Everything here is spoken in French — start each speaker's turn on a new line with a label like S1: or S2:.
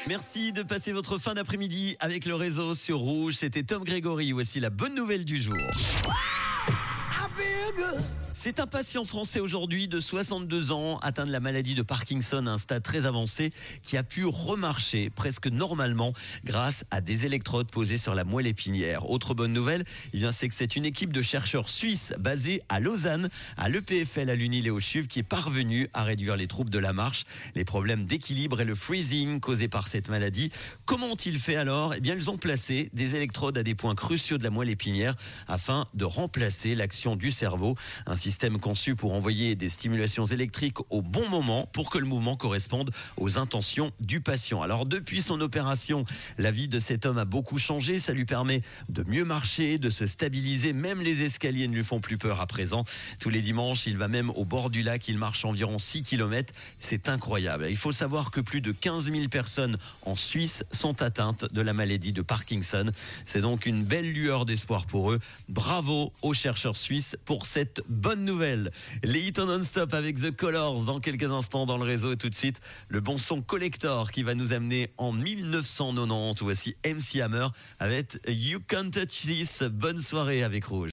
S1: Merci de passer votre fin d'après-midi avec le réseau sur Rouge. C'était Tom Grégory. Voici la bonne nouvelle du jour. C'est un patient français aujourd'hui de 62 ans, atteint de la maladie de Parkinson à un stade très avancé, qui a pu remarcher presque normalement grâce à des électrodes posées sur la moelle épinière. Autre bonne nouvelle, c'est que c'est une équipe de chercheurs suisses basée à Lausanne, à l'EPFL à Lunny-les-Auchuves, qui est parvenue à réduire les troubles de la marche, les problèmes d'équilibre et le freezing causés par cette maladie. Comment ont-ils fait alors ? Ils ont placé des électrodes à des points cruciaux de la moelle épinière afin de remplacer l'action du cerveau. Un système conçu pour envoyer des stimulations électriques au bon moment pour que le mouvement corresponde aux intentions du patient. Alors depuis son opération, la vie de cet homme a beaucoup changé. Ça lui permet de mieux marcher, de se stabiliser. Même les escaliers ne lui font plus peur à présent. Tous les dimanches, il va même au bord du lac. Il marche environ 6 km. C'est incroyable. Il faut savoir que plus de 15 000 personnes en Suisse sont atteintes de la maladie de Parkinson. C'est donc une belle lueur d'espoir pour eux. Bravo aux chercheurs suisses pour cette bonne nouvelle. Les hits en non-stop avec The Colors dans quelques instants dans le réseau. Et tout de suite, le bon son collector qui va nous amener en 1990. Voici MC Hammer avec You Can't Touch This. Bonne soirée avec Rouge.